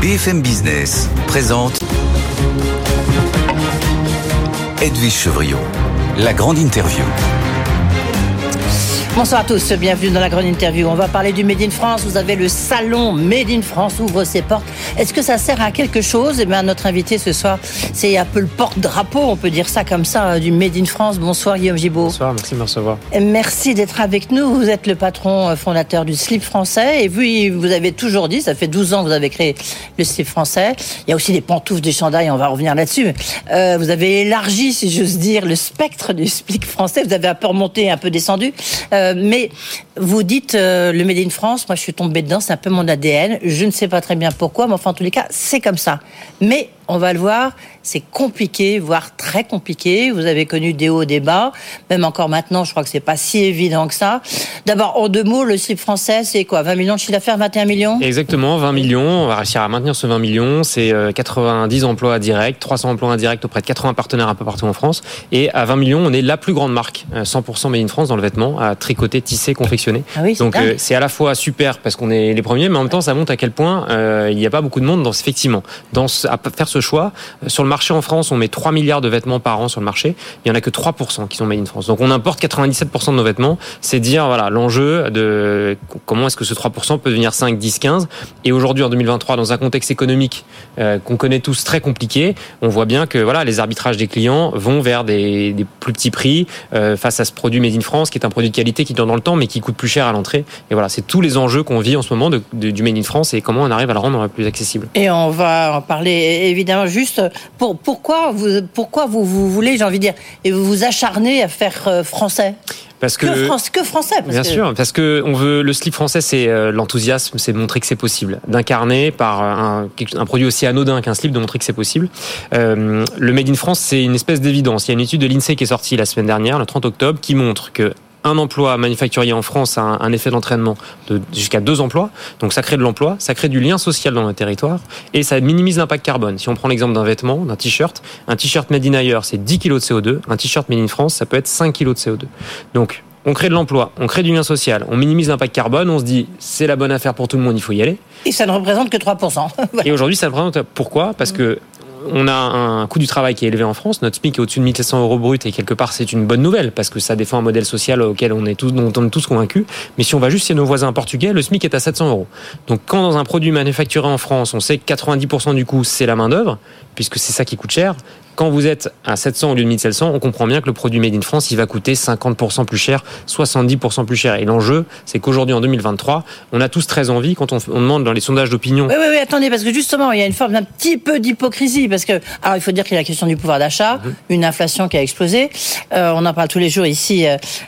BFM Business présente Edwige Chevrillon, la grande interview. Bonsoir à tous, bienvenue dans la grande interview. On va parler du Made in France. Vous avez le salon Made in France ouvre ses portes. Est-ce que ça sert à quelque chose ? Eh bien, notre invité ce soir, c'est un peu le porte-drapeau, on peut dire ça comme ça, du Made in France. Bonsoir Guillaume Gibault. Bonsoir, merci de me recevoir. Merci d'être avec nous. Vous êtes le patron fondateur du slip français. Et vous avez toujours dit, ça fait 12 ans que vous avez créé le slip français. Il y a aussi des pantoufles, des chandails, on va revenir là-dessus. Vous avez élargi, si j'ose dire, le spectre du slip français. Vous avez un peu remonté, un peu descendu. Mais vous dites le Made in France, moi je suis tombée dedans, c'est un peu mon ADN. Je ne sais pas très bien pourquoi, mais enfin en tous les cas, c'est comme ça. Mais on va le voir, c'est compliqué, voire très compliqué. Vous avez connu des hauts, des bas. Même encore maintenant, je crois que c'est pas si évident que ça. D'abord, en 2 mots, le slip français, c'est quoi ? 20 millions de chiffre d'affaires, 21 millions ? Exactement, 20 millions. On va réussir à maintenir ce 20 millions. C'est 90 emplois directs, 300 emplois indirects auprès de 80 partenaires un peu partout en France. Et à 20 millions, on est la plus grande marque, 100% Made in France dans le vêtement, à tricoter, tisser, confectionner. Ah oui, donc c'est à la fois super parce qu'on est les premiers, mais en même temps, ça montre à quel point il n'y a pas beaucoup de monde à faire ce choix. Sur le marché en France, on met 3 milliards de vêtements par an sur le marché. Il n'y en a que 3% qui sont made in France. Donc on importe 97% de nos vêtements. C'est dire voilà l'enjeu de comment est-ce que ce 3% peut devenir 5, 10, 15. Et aujourd'hui, en 2023, dans un contexte économique qu'on connaît tous très compliqué, on voit bien que voilà les arbitrages des clients vont vers des plus petits prix face à ce produit made in France, qui est un produit de qualité qui dure dans le temps, mais qui coûte plus cher à l'entrée. Et voilà, c'est tous les enjeux qu'on vit en ce moment du made in France et comment on arrive à le rendre plus accessible. Et on va en parler évidemment juste. Pourquoi vous voulez, j'ai envie de dire, et vous vous acharnez à faire français ? Parce que français. Bien sûr, parce que on veut le slip français, c'est l'enthousiasme, c'est de montrer que c'est possible, d'incarner par un produit aussi anodin qu'un slip, de montrer que c'est possible. Le Made in France, c'est une espèce d'évidence. Il y a une étude de l'INSEE qui est sortie la semaine dernière, le 30 octobre, qui montre que un emploi manufacturier en France a un effet d'entraînement de jusqu'à 2 emplois. Donc ça crée de l'emploi, ça crée du lien social dans notre territoire et ça minimise l'impact carbone. Si on prend l'exemple d'un vêtement, d'un t-shirt, un t-shirt made in ailleurs, c'est 10 kg de CO2. Un t-shirt made in France, ça peut être 5 kg de CO2. Donc on crée de l'emploi, on crée du lien social, on minimise l'impact carbone, on se dit c'est la bonne affaire pour tout le monde, il faut y aller. Et ça ne représente que 3%. Et aujourd'hui, ça représente pourquoi ? Parce que on a un coût du travail qui est élevé en France. Notre SMIC est au-dessus de 1 700 € brut et quelque part c'est une bonne nouvelle parce que ça défend un modèle social dont on est tous convaincus. Mais si on va juste chez nos voisins portugais, le SMIC est à 700 €. Donc quand dans un produit manufacturé en France, on sait que 90% du coût c'est la main d'œuvre, puisque c'est ça qui coûte cher. Quand vous êtes à 700 au lieu de 1700, on comprend bien que le produit Made in France, il va coûter 50% plus cher, 70% plus cher. Et l'enjeu, c'est qu'aujourd'hui, en 2023, on a tous très envie, quand on demande dans les sondages d'opinion... Oui, attendez, parce que justement, il y a une forme d'un petit peu d'hypocrisie, parce que, alors il faut dire qu'il y a la question du pouvoir d'achat, une inflation qui a explosé. On en parle tous les jours ici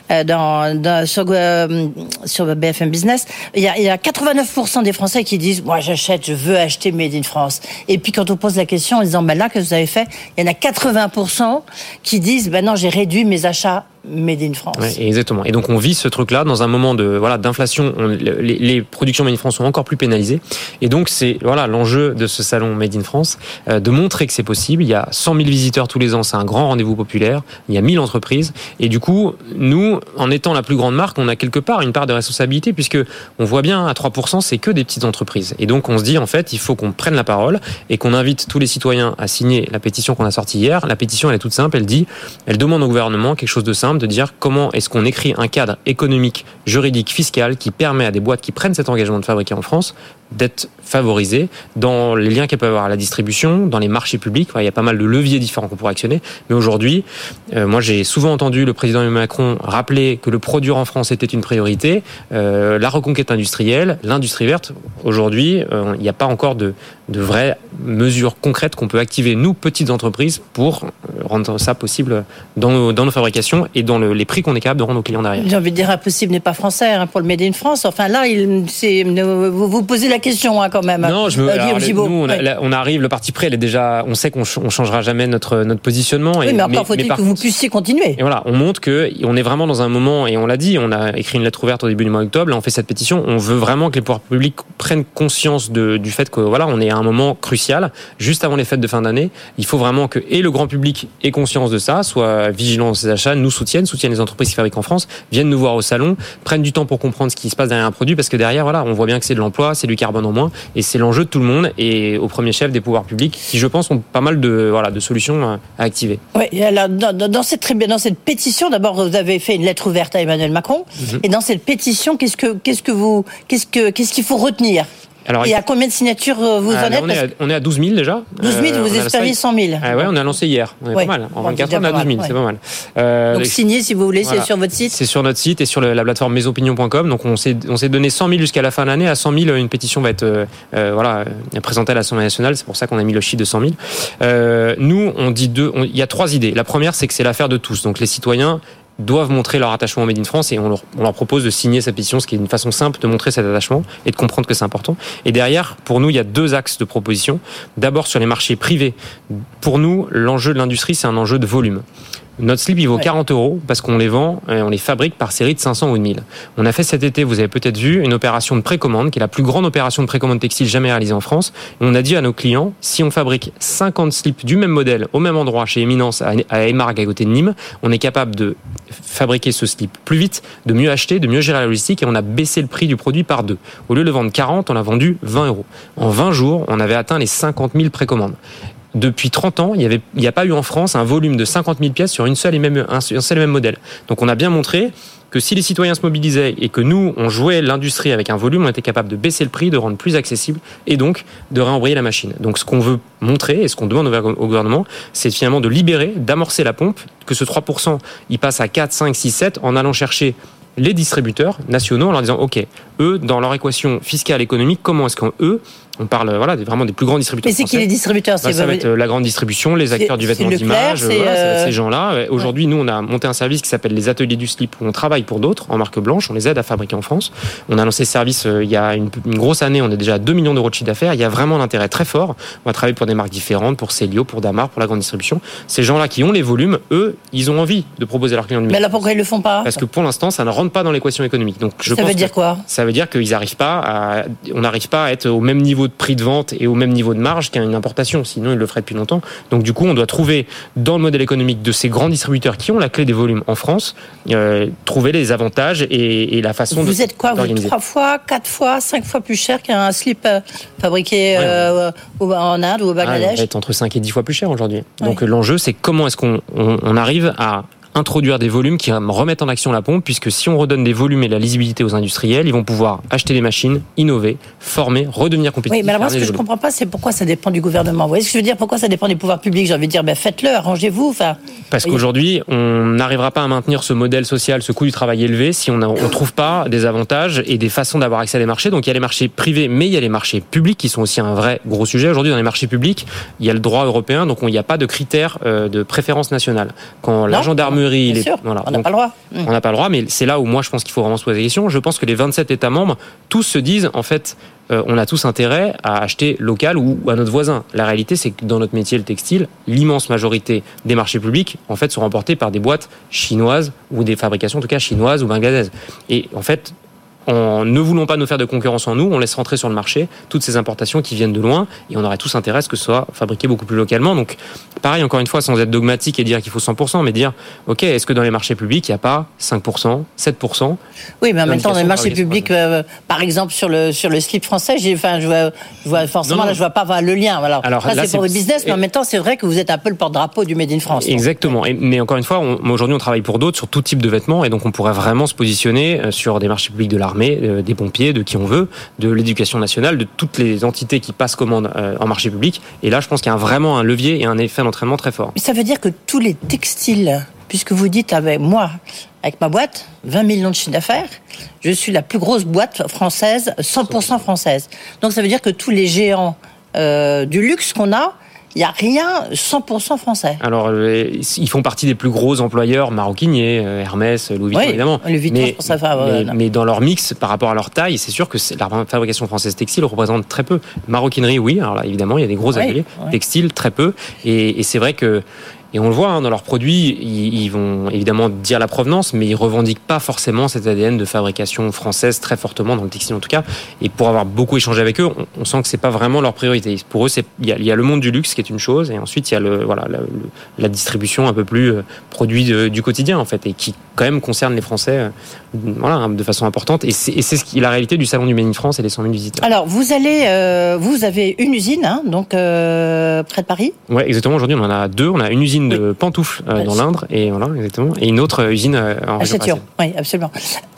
sur BFM Business. Il y a 89% des Français qui disent, moi je veux acheter Made in France. Et puis quand on pose la question en disant, là, qu'est-ce que vous avez fait ? Il y en a 80% qui disent non, j'ai réduit mes achats Made in France. Ouais, exactement. Et donc on vit ce truc-là dans un moment d'inflation. Les productions Made in France sont encore plus pénalisées. Et donc c'est l'enjeu de ce salon Made in France, de montrer que c'est possible. Il y a 100 000 visiteurs tous les ans, c'est un grand rendez-vous populaire. Il y a 1000 entreprises. Et du coup, nous, en étant la plus grande marque, on a quelque part une part de responsabilité puisque on voit bien à 3%, c'est que des petites entreprises. Et donc on se dit en fait, il faut qu'on prenne la parole et qu'on invite tous les citoyens à signer la pétition qu'on a sortie hier. La pétition, elle est toute simple. Elle demande au gouvernement quelque chose de simple, de dire comment est-ce qu'on écrit un cadre économique, juridique, fiscal qui permet à des boîtes qui prennent cet engagement de fabriquer en France d'être favorisées dans les liens qu'elles peuvent avoir à la distribution, dans les marchés publics. Il y a pas mal de leviers différents qu'on pourrait actionner. Mais aujourd'hui, moi j'ai souvent entendu le président Emmanuel Macron rappeler que le produire en France était une priorité, la reconquête industrielle, l'industrie verte. Aujourd'hui, il n'y a pas encore de vraies mesures concrètes qu'on peut activer, nous, petites entreprises, pour rendre ça possible dans nos fabrications et dans les prix qu'on est capable de rendre aux clients derrière. J'ai envie de dire impossible n'est pas français pour le Made in France. Enfin là, vous posez la question quand même. Non, on arrive, le parti pris, elle est déjà, on sait qu'on changera jamais notre positionnement. Oui, mais encore faut-il que vous puissiez continuer. Et voilà, on montre que on est vraiment dans un moment, et on l'a dit, on a écrit une lettre ouverte au début du mois d'octobre, là on fait cette pétition, on veut vraiment que les pouvoirs publics prennent conscience du fait que on est à un moment crucial, juste avant les fêtes de fin d'année. Il faut vraiment que le grand public aient conscience de ça, soient vigilants dans ces achats, nous soutiennent les entreprises qui fabriquent en France, viennent nous voir au salon, prennent du temps pour comprendre ce qui se passe derrière un produit, parce que derrière, voilà, on voit bien que c'est de l'emploi, c'est du carbone en moins, et c'est l'enjeu de tout le monde, et au premier chef des pouvoirs publics, qui je pense ont pas mal de solutions à activer. Oui, alors, dans cette pétition, d'abord vous avez fait une lettre ouverte à Emmanuel Macron, et dans cette pétition, qu'est-ce qu'il faut retenir? Alors, et à combien de signatures vous en êtes? On est à 12 000 déjà. 12 000, vous espériez 100 000. Ouais, on a lancé hier. On est pas mal. En 24 heures, on a 12 000, c'est pas mal. Donc signé, si vous voulez, c'est sur votre site. C'est sur notre site et sur la plateforme mesopinions.com. Donc on s'est donné 100 000 jusqu'à la fin de l'année. À 100 000, une pétition va être présentée à l'Assemblée nationale. C'est pour ça qu'on a mis le chiffre de 100 000. Nous, on dit il y a 3 idées. La première, c'est que c'est l'affaire de tous. Donc les citoyens doivent montrer leur attachement au Made in France et on leur propose de signer cette pétition, ce qui est une façon simple de montrer cet attachement et de comprendre que c'est important. Et derrière, pour nous, il y a 2 axes de proposition. D'abord, sur les marchés privés. Pour nous, l'enjeu de l'industrie, c'est un enjeu de volume. Notre slip, il vaut 40 € parce qu'on les vend, on les fabrique par série de 500 ou de 1000. On a fait cet été, vous avez peut-être vu, une opération de précommande, qui est la plus grande opération de précommande textile jamais réalisée en France. Et on a dit à nos clients, si on fabrique 50 slips du même modèle, au même endroit, chez Éminence, à Émargues, à côté de Nîmes, on est capable de fabriquer ce slip plus vite, de mieux acheter, de mieux gérer la logistique, et on a baissé le prix du produit par 2. Au lieu de le vendre 40, on l'a vendu 20 €. En 20 jours, on avait atteint les 50 000 précommandes. Depuis 30 ans, il n'y a pas eu en France un volume de 50 000 pièces sur un seul et même modèle. Donc on a bien montré que si les citoyens se mobilisaient et que nous, on jouait l'industrie avec un volume, on était capable de baisser le prix, de rendre plus accessible et donc de réembrayer la machine. Donc ce qu'on veut montrer et ce qu'on demande au gouvernement, c'est finalement de libérer, d'amorcer la pompe, que ce 3%, il passe à 4, 5, 6, 7 en allant chercher les distributeurs nationaux en leur disant, OK, eux, dans leur équation fiscale économique, comment est-ce qu'eux, on parle vraiment des plus grands distributeurs français. Mais c'est qui les distributeurs? Ça va être la grande distribution, les acteurs du vêtement d'image, ces gens-là. Aujourd'hui, nous, on a monté un service qui s'appelle les ateliers du slip, où on travaille pour d'autres, en marque blanche, on les aide à fabriquer en France. On a lancé ce service il y a une grosse année, on est déjà à 2 millions € de chiffre d'affaires. Il y a vraiment un intérêt très fort. On va travailler pour des marques différentes, pour Célio, pour Damar, pour la grande distribution. Ces gens-là qui ont les volumes, eux, ils ont envie de proposer à leurs clients. Mais alors pourquoi ils le font pas? Parce que pour l'instant, ça ne rentre pas dans l'équation économique. Donc, ça veut dire quoi? Ça veut dire qu'ils on n'arrive pas à être au même niveau de prix de vente et au même niveau de marge qu'une importation, sinon ils le feraient depuis longtemps. Donc du coup, on doit trouver dans le modèle économique de ces grands distributeurs qui ont la clé des volumes en France, trouver les avantages et la façon Vous êtes quoi, vous, 3 fois, 4 fois, 5 fois plus cher qu'un slip fabriqué en Inde ou au Bangladesh? On va être entre 5 et 10 fois plus cher aujourd'hui. Donc l'enjeu, c'est comment est-ce qu'on arrive à introduire des volumes qui remettent en action la pompe, puisque si on redonne des volumes et de la lisibilité aux industriels, ils vont pouvoir acheter des machines, innover, former, redevenir compétitifs. Oui, mais alors moi, ce que je ne comprends pas, c'est pourquoi ça dépend du gouvernement. Vous voyez ce que je veux dire? Pourquoi ça dépend des pouvoirs publics? J'ai envie de dire, faites-le, arrangez-vous. Parce qu'aujourd'hui, on n'arrivera pas à maintenir ce modèle social, ce coût du travail élevé, si on ne trouve pas des avantages et des façons d'avoir accès à des marchés. Donc il y a les marchés privés, mais il y a les marchés publics qui sont aussi un vrai gros sujet. Aujourd'hui, dans les marchés publics, il y a le droit européen, donc il n'y a pas de critères de préférence nationale. Quand la gendarmerie... On n'a pas le droit. On n'a pas le droit, mais c'est là où moi je pense qu'il faut vraiment se poser la question. Je pense que les 27 États membres, tous se disent, en fait, on a tous intérêt à acheter local ou à notre voisin. La réalité, c'est que dans notre métier, le textile, l'immense majorité des marchés publics, en fait, sont remportés par des boîtes chinoises ou des fabrications, en tout cas, chinoises ou bangladaises. Et en fait, en ne voulant pas nous faire de concurrence en nous, on laisse rentrer sur le marché toutes ces importations qui viennent de loin et on aurait tous intérêt à ce que ce soit fabriqué beaucoup plus localement. Donc, pareil, encore une fois, sans être dogmatique et dire qu'il faut 100%, mais dire, OK, est-ce que dans les marchés publics, il n'y a pas 5%, 7%? Oui, mais en même temps, dans les marchés publics, par exemple, sur le slip français, je vois forcément, là, je vois pas le lien. Alors là, c'est pour le business, mais en même temps, c'est vrai que vous êtes un peu le porte-drapeau du Made in France. Exactement. Mais encore une fois, aujourd'hui, on travaille pour d'autres sur tout type de vêtements et donc on pourrait vraiment se positionner sur des marchés publics de l'armée, des pompiers, de qui on veut, de l'éducation nationale, de toutes les entités qui passent commande en marché public. Et là, je pense qu'il y a vraiment un levier et un effet d'entraînement très fort. Mais ça veut dire que tous les textiles, puisque vous dites avec moi, avec ma boîte, 20 millions de chiffre d'affaires, je suis la plus grosse boîte française, 100% française. Donc ça veut dire que tous les géants du luxe qu'on a, il n'y a rien 100% français. Alors, ils font partie des plus gros employeurs maroquiniers, Hermès, Louis Vuitton, évidemment. Louis Vuitton, mais dans leur mix, par rapport à leur taille, c'est sûr que la fabrication française textile représente très peu. Maroquinerie, oui. Alors là, évidemment, il y a des gros ateliers. Textile, très peu. Et c'est vrai que Et on le voit dans leurs produits, ils vont évidemment dire la provenance, mais ils revendiquent pas forcément cet ADN de fabrication française très fortement dans le textile en tout cas. Et pour avoir beaucoup échangé avec eux, on sent que c'est pas vraiment leur priorité. Pour eux, il y a le monde du luxe qui est une chose, et ensuite il y a la distribution un peu plus produit du quotidien en fait, et qui quand même concerne les Français de façon importante. Et c'est la réalité du salon du Made in France et les 100 000 visiteurs. Alors vous avez une usine, donc près de Paris. Ouais, exactement. Aujourd'hui, on en a 2. On a une usine de pantoufles dans l'Indre, et voilà, exactement, et une autre usine en région parisienne. Oui, absolument.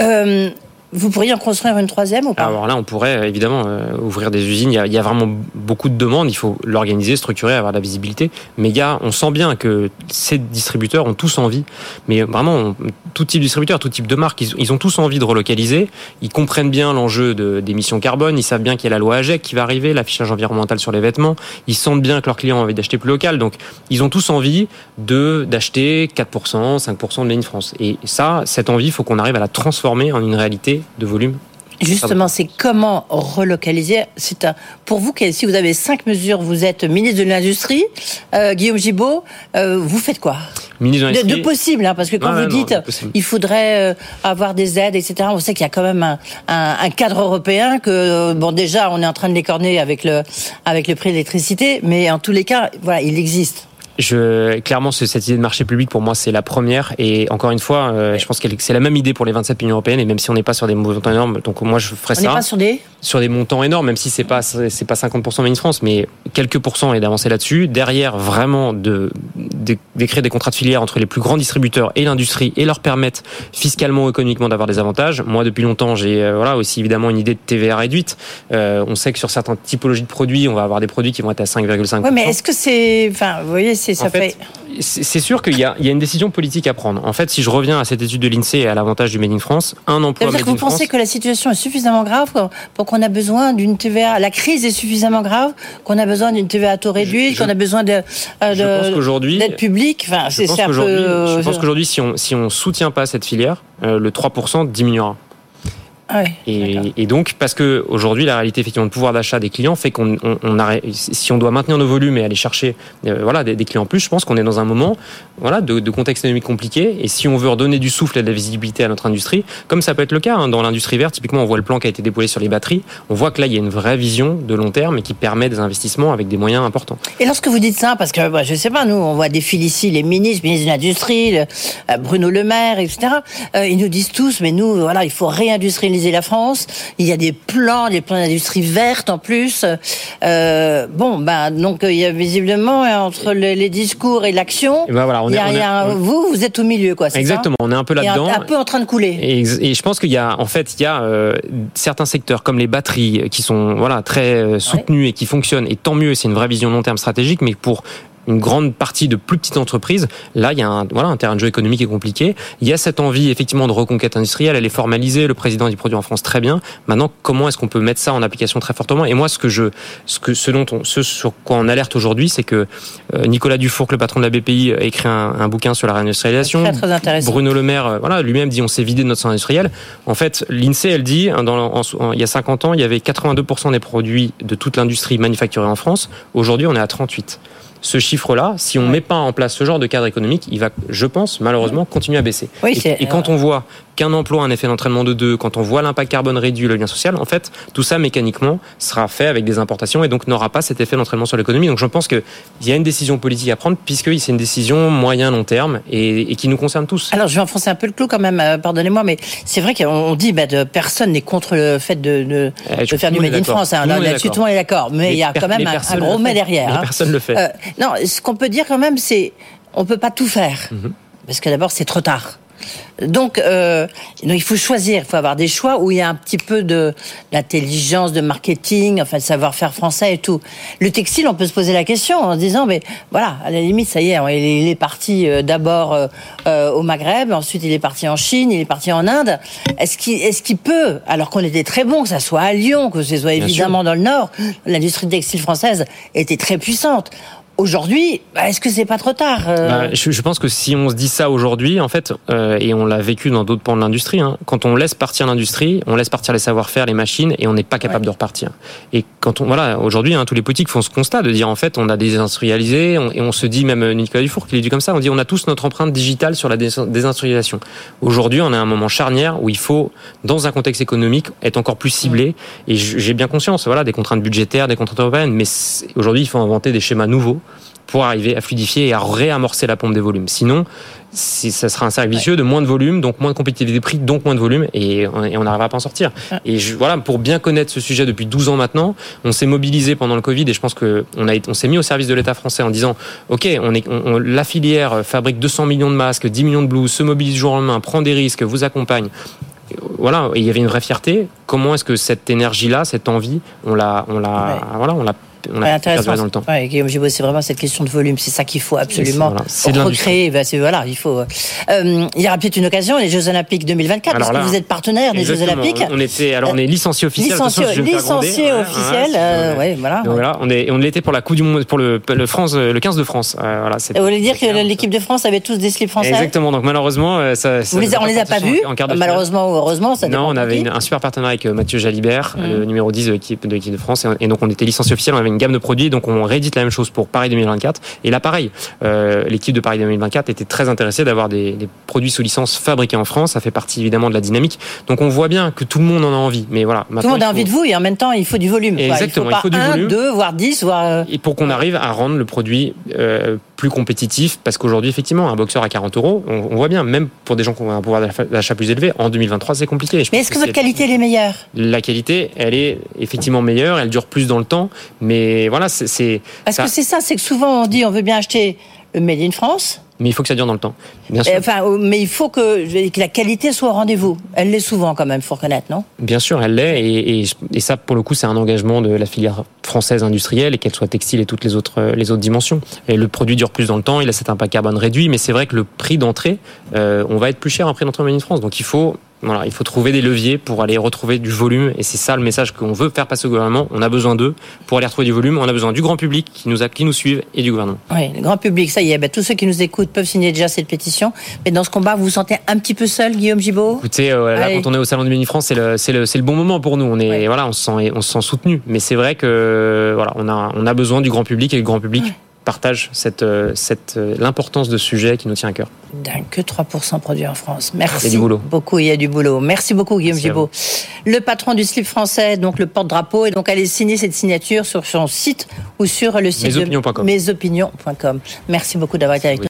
Vous pourriez en construire une 3e ou pas? Alors là, on pourrait évidemment ouvrir des usines. Il y a vraiment beaucoup de demandes. Il faut l'organiser, structurer, avoir de la visibilité. Mais on sent bien que ces distributeurs ont tous envie, mais vraiment tout type de distributeur, tout type de marque, ils ont tous envie de relocaliser. Ils comprennent bien l'enjeu d'émissions carbone. Ils savent bien qu'il y a la loi AGEC qui va arriver, l'affichage environnemental sur les vêtements. Ils sentent bien que leurs clients ont envie d'acheter plus local. Donc, ils ont tous envie d'acheter 4%, 5% de Made in France. Et ça, cette envie, il faut qu'on arrive à la transformer en une réalité de volume. Justement, c'est comment relocaliser. Pour vous, si vous avez 5 mesures, vous êtes ministre de l'Industrie, Guillaume Gibault, vous faites quoi? Ministre de l'Industrie. De possible, parce que quand vous dites il faudrait avoir des aides, etc., on sait qu'il y a quand même un cadre européen que, déjà, on est en train de l'écorner avec le prix de l'électricité, mais en tous les cas, voilà, il existe. Clairement, cette idée de marché public, pour moi, c'est la première. Et encore une fois, je pense que c'est la même idée pour les 27 millions européennes. Et même si on n'est pas sur des montants énormes, donc moi, je ferais ça. On n'est pas sur des montants énormes, même si c'est pas 50% Made in France, mais quelques pourcents et d'avancer là-dessus. Derrière, vraiment, d'écrire des contrats de filière entre les plus grands distributeurs et l'industrie et leur permettre fiscalement ou économiquement d'avoir des avantages. Moi, depuis longtemps, j'ai aussi évidemment une idée de TVA réduite. On sait que sur certaines typologies de produits, on va avoir des produits qui vont être à 5,5%. Oui, mais est-ce que vous voyez, c'est sûr qu'il y a une décision politique à prendre. En fait, si je reviens à cette étude de l'INSEE et à l'avantage du Made in France, un emploi Made in France... Vous pensez que la situation est suffisamment grave pour qu'on a besoin d'une TVA... La crise est suffisamment grave qu'on a besoin d'une TVA à taux réduit, qu'on a besoin d'aide publique. Je pense qu'aujourd'hui, si on soutient pas cette filière, le 3% diminuera. Ah oui, et donc, parce que aujourd'hui, la réalité effectivement de pouvoir d'achat des clients fait qu'on si on doit maintenir nos volumes et aller chercher des clients en plus, je pense qu'on est dans un moment de contexte économique compliqué. Et si on veut redonner du souffle et de la visibilité à notre industrie, comme ça peut être le cas dans l'industrie verte, typiquement on voit le plan qui a été déployé sur les batteries, on voit que là il y a une vraie vision de long terme et qui permet des investissements avec des moyens importants. Et lorsque vous dites ça, parce que je sais pas, nous on voit défiler ici les ministres de l'Industrie, Bruno Le Maire, etc. Ils nous disent tous, mais nous il faut réindustrialiser la France. Il y a des plans d'industrie verte en plus. Donc il y a visiblement entre les discours et l'action. Et vous êtes au milieu, quoi. C'est exactement. Ça, on est un peu là-dedans. Un peu en train de couler. Et je pense qu'il y a certains secteurs comme les batteries qui sont très soutenus et qui fonctionnent. Et tant mieux, c'est une vraie vision long terme stratégique, mais pour une grande partie de plus petites entreprises, là, il y a un terrain de jeu économique qui est compliqué. Il y a cette envie, effectivement, de reconquête industrielle. Elle est formalisée. Le président dit produit en France très bien. Maintenant, comment est-ce qu'on peut mettre ça en application très fortement? Et moi, ce sur quoi on alerte aujourd'hui, c'est que Nicolas Dufourcq, le patron de la BPI, a écrit un bouquin sur la réindustrialisation. Très, très intéressant. Bruno Le Maire, lui-même dit on s'est vidé de notre centre industriel. En fait, l'INSEE, elle dit, il y a 50 ans, il y avait 82% des produits de toute l'industrie manufacturée en France. Aujourd'hui, on est à 38%. Ce chiffre-là, si on ne met pas en place ce genre de cadre économique, il va, je pense, malheureusement, continuer à baisser. Oui, et quand on voit qu'un emploi a un effet d'entraînement de 2, quand on voit l'impact carbone réduit, le lien social, en fait, tout ça, mécaniquement, sera fait avec des importations et donc n'aura pas cet effet d'entraînement sur l'économie. Donc je pense qu'il y a une décision politique à prendre, puisque c'est une décision moyen-long terme et qui nous concerne tous. Alors, je vais enfoncer un peu le clou quand même, pardonnez-moi, mais c'est vrai qu'on dit personne n'est contre le fait de faire du Made in France. Là-dessus, tout le monde est d'accord. Mais il y a quand même un gros mais derrière. Mais personne ne le fait. Non, ce qu'on peut dire quand même, c'est on peut pas tout faire. Parce que d'abord, c'est trop tard. Donc, il faut choisir, il faut avoir des choix où il y a un petit peu d'intelligence, de marketing, de savoir-faire français et tout. Le textile, on peut se poser la question en se disant, mais voilà, à la limite, ça y est, il est parti d'abord au Maghreb, ensuite il est parti en Chine, il est parti en Inde. Est-ce qu'il peut, alors qu'on était très bon, que ça soit à Lyon, que ce soit évidemment dans le Nord, l'industrie textile française était très puissante. aujourd'hui, est-ce que c'est pas trop tard Je pense que si on se dit ça aujourd'hui, en fait, et on l'a vécu dans d'autres pans de l'industrie, quand on laisse partir l'industrie, on laisse partir les savoir-faire, les machines, et on n'est pas capable de repartir. Et quand aujourd'hui, tous les politiques font ce constat de dire, en fait, on a désindustrialisé, et on se dit, même Nicolas Dufour qui l'a dit comme ça, on dit, on a tous notre empreinte digitale sur la désindustrialisation. Aujourd'hui, on est à un moment charnière où il faut, dans un contexte économique, être encore plus ciblé. Et j'ai bien conscience, des contraintes budgétaires, des contraintes européennes, mais aujourd'hui, il faut inventer des schémas nouveaux pour arriver à fluidifier et à réamorcer la pompe des volumes. Sinon, ça sera un cercle vicieux de moins de volume, donc moins de compétitivité des prix, donc moins de volume, et on n'arrivera pas à en sortir. Et pour bien connaître ce sujet depuis 12 ans maintenant, on s'est mobilisé pendant le Covid, et je pense on s'est mis au service de l'État français en disant, ok, la filière fabrique 200 millions de masques, 10 millions de blouses, se mobilise du jour au lendemain, prend des risques, vous accompagne. Voilà, et il y avait une vraie fierté. Comment est-ce que cette énergie-là, cette envie, on l'a intéressant dans le temps. Guillaume Gibaud, c'est vraiment cette question de volume, c'est ça qu'il faut absolument recréer. Il faut. Il y aura peut-être une occasion, les Jeux Olympiques 2024, parce que vous êtes partenaire des Jeux Olympiques. On est licencié officiel. Licencié officiel, voilà. Donc voilà, on l'était pour la Coupe du Monde, pour le 15 de France. Vous voulez dire que l'équipe de France avait tous des slips français? Exactement. Donc malheureusement, on les a pas vus. Malheureusement ou heureusement, ça dépend. Non, on avait un super partenariat avec Mathieu Jalibert, le numéro 10 de l'équipe de France, et donc on était licencié officiel. On avait une gamme de produits, donc on réédite la même chose pour Paris 2024. Et là, pareil, l'équipe de Paris 2024 était très intéressée d'avoir des produits sous licence fabriqués en France. Ça fait partie évidemment de la dynamique. Donc on voit bien que tout le monde en a envie. Mais voilà, tout le monde a envie de vous, et en même temps, il faut du volume. Exactement, il faut du volume. 2, voire 10, Et pour qu'on arrive à rendre le produit plus compétitif, parce qu'aujourd'hui, effectivement, un boxeur à 40 €, on voit bien, même pour des gens qui ont un pouvoir d'achat plus élevé, en 2023, c'est compliqué. Mais est-ce que votre qualité elle est meilleure? La qualité, elle est effectivement meilleure, elle dure plus dans le temps, mais voilà, que c'est que souvent on dit on veut bien acheter le Made in France. Mais il faut que ça dure dans le temps, bien sûr. Mais il faut que la qualité soit au rendez-vous. Elle l'est souvent quand même, faut reconnaître, non? Bien sûr, elle l'est, et ça, pour le coup, c'est un engagement de la filière française industrielle, et qu'elle soit textile et toutes les autres dimensions. Et le produit dure plus dans le temps, il a cet impact carbone réduit, mais c'est vrai que le prix d'entrée, on va être plus cher en prix d'entrée Made in France. Donc il faut trouver des leviers pour aller retrouver du volume, et c'est ça le message qu'on veut faire passer au gouvernement. On a besoin d'eux pour aller retrouver du volume. On a besoin du grand public qui nous suivent, et du gouvernement. Oui, le grand public, ça y est. Tous ceux qui nous écoutent peuvent signer déjà cette pétition. Mais dans ce combat, vous vous sentez un petit peu seul, Guillaume Gibaud? Écoutez, là, quand on est au salon du Made in France, c'est le bon moment pour nous. On se sent soutenu. Mais c'est vrai que on a besoin du grand public, et le grand public partage l'importance de ce sujet qui nous tient à cœur. Que 3% produits en France. Merci. Il y a du boulot. Il y a du boulot. Merci beaucoup, Guillaume Gibaud. Le patron du slip français, donc le porte-drapeau, et donc allez signer cette signature sur son site ou sur le site mesopinions.com. mesopinions.com. Merci beaucoup d'avoir été avec nous.